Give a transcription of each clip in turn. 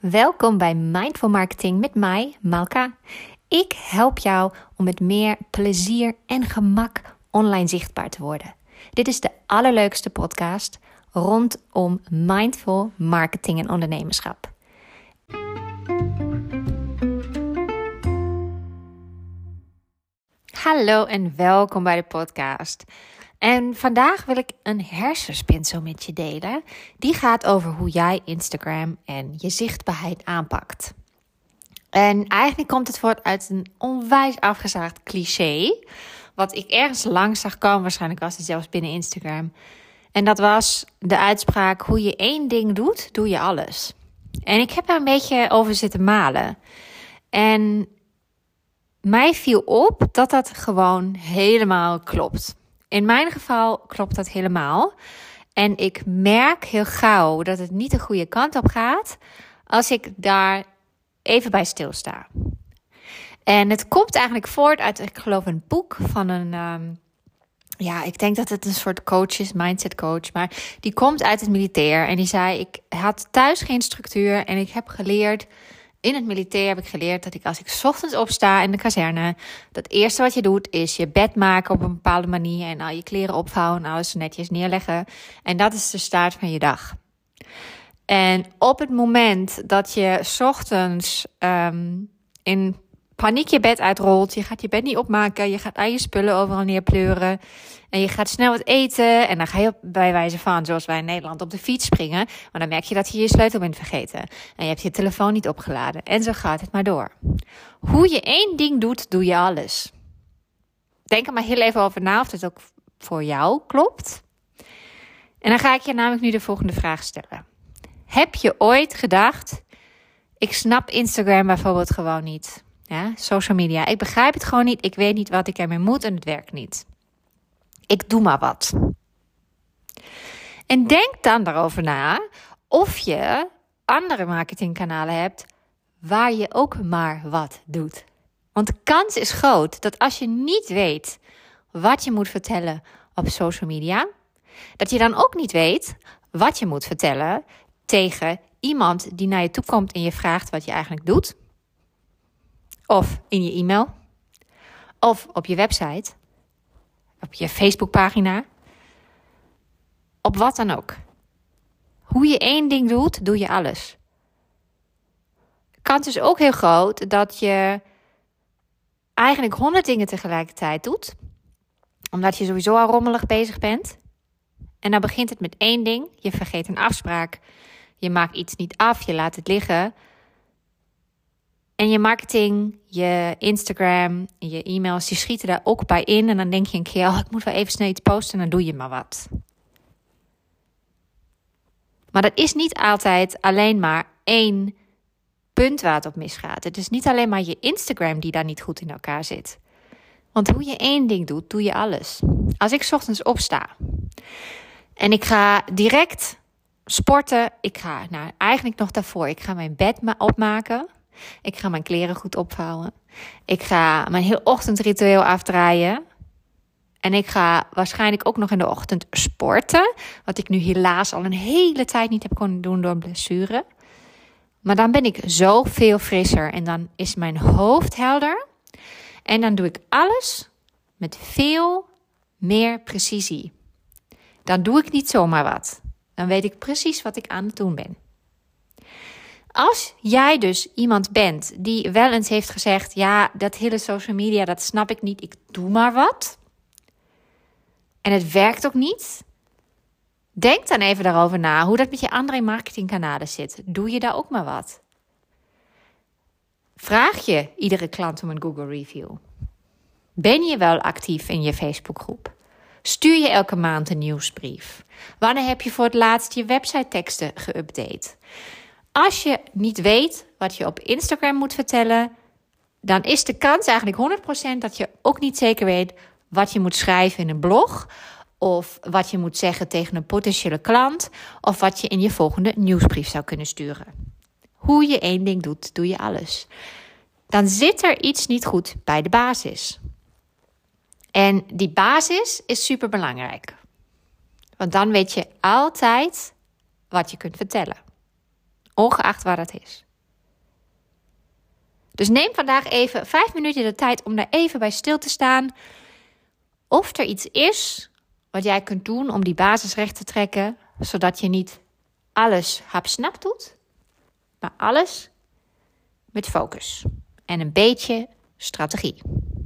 Welkom bij Mindful Marketing met mij, Malka. Ik help jou om met meer plezier en gemak online zichtbaar te worden. Dit is de allerleukste podcast rondom mindful marketing en ondernemerschap. Hallo en welkom bij de podcast. En vandaag wil ik een hersenspinsel met je delen. Die gaat over hoe jij Instagram en je zichtbaarheid aanpakt. En eigenlijk komt het voort uit een onwijs afgezaagd cliché. Wat ik ergens langs zag komen, waarschijnlijk was het zelfs binnen Instagram. En dat was de uitspraak: hoe je één ding doet, doe je alles. En ik heb daar een beetje over zitten malen. En mij viel op dat dat gewoon helemaal klopt. In mijn geval klopt dat helemaal. En ik merk heel gauw dat het niet de goede kant op gaat als ik daar even bij stilsta. En het komt eigenlijk voort uit, ik geloof, een boek van een... ik denk dat het een soort coach is, mindset coach. Maar die komt uit het militair en die zei: ik had thuis geen structuur en ik heb geleerd... In het militair heb ik geleerd dat als ik 's ochtends opsta in de kazerne, dat eerste wat je doet is je bed maken op een bepaalde manier en al je kleren opvouwen en alles netjes neerleggen. En dat is de start van je dag. En op het moment dat je 's ochtends in paniek je bed uitrolt, je gaat je bed niet opmaken, je gaat al je spullen overal neerpleuren en je gaat snel wat eten en dan ga je bij wijze van, zoals wij in Nederland, op de fiets springen, maar dan merk je dat je je sleutel bent vergeten en je hebt je telefoon niet opgeladen en zo gaat het maar door. Hoe je één ding doet, doe je alles. Denk er maar heel even over na of dit ook voor jou klopt. En dan ga ik je namelijk nu de volgende vraag stellen. Heb je ooit gedacht: ik snap Instagram bijvoorbeeld gewoon niet? Ja, social media. Ik begrijp het gewoon niet. Ik weet niet wat ik ermee moet en het werkt niet. Ik doe maar wat. En denk dan daarover na of je andere marketingkanalen hebt waar je ook maar wat doet. Want de kans is groot dat als je niet weet wat je moet vertellen op social media, dat je dan ook niet weet wat je moet vertellen tegen iemand die naar je toe komt en je vraagt wat je eigenlijk doet. Of in je e-mail. Of op je website. Op je Facebookpagina. Op wat dan ook. Hoe je één ding doet, doe je alles. De kans is ook heel groot dat je eigenlijk 100 dingen tegelijkertijd doet. Omdat je sowieso al rommelig bezig bent. En dan begint het met één ding. Je vergeet een afspraak. Je maakt iets niet af. Je laat het liggen. En je marketing, je Instagram, je e-mails, die schieten daar ook bij in. En dan denk je een keer: ik moet wel even snel iets posten en dan doe je maar wat. Maar dat is niet altijd alleen maar één punt waar het op misgaat. Het is niet alleen maar je Instagram die daar niet goed in elkaar zit. Want hoe je één ding doet, doe je alles. Als ik 's ochtends opsta en ik ga direct sporten. Ik ga eigenlijk nog daarvoor. Ik ga mijn bed opmaken. Ik ga mijn kleren goed opvouwen. Ik ga mijn heel ochtendritueel afdraaien. En ik ga waarschijnlijk ook nog in de ochtend sporten. Wat ik nu helaas al een hele tijd niet heb kunnen doen door een blessure. Maar dan ben ik zoveel frisser. En dan is mijn hoofd helder. En dan doe ik alles met veel meer precisie. Dan doe ik niet zomaar wat. Dan weet ik precies wat ik aan het doen ben. Als jij dus iemand bent die wel eens heeft gezegd: ja, dat hele social media, dat snap ik niet, ik doe maar wat. En het werkt ook niet. Denk dan even daarover na hoe dat met je andere marketingkanalen zit. Doe je daar ook maar wat? Vraag je iedere klant om een Google review? Ben je wel actief in je Facebookgroep? Stuur je elke maand een nieuwsbrief? Wanneer heb je voor het laatst je website teksten geüpdate? Als je niet weet wat je op Instagram moet vertellen, dan is de kans eigenlijk 100% dat je ook niet zeker weet wat je moet schrijven in een blog, of wat je moet zeggen tegen een potentiële klant, of wat je in je volgende nieuwsbrief zou kunnen sturen. Hoe je één ding doet, doe je alles. Dan zit er iets niet goed bij de basis. En die basis is superbelangrijk. Want dan weet je altijd wat je kunt vertellen. Ongeacht waar dat is. Dus neem vandaag even 5 minuten de tijd om daar even bij stil te staan. Of er iets is wat jij kunt doen om die basis recht te trekken, zodat je niet alles hapsnap doet, maar alles met focus en een beetje strategie.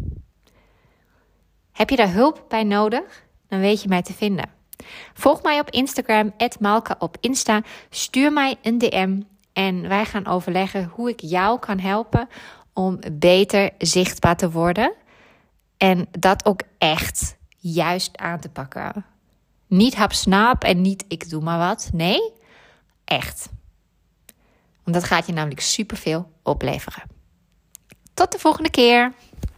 Heb je daar hulp bij nodig? Dan weet je mij te vinden. Volg mij op Instagram, @Malka op Insta. Stuur mij een DM en wij gaan overleggen hoe ik jou kan helpen om beter zichtbaar te worden. En dat ook echt juist aan te pakken. Niet hapsnap en niet ik doe maar wat. Nee, echt. Want dat gaat je namelijk superveel opleveren. Tot de volgende keer.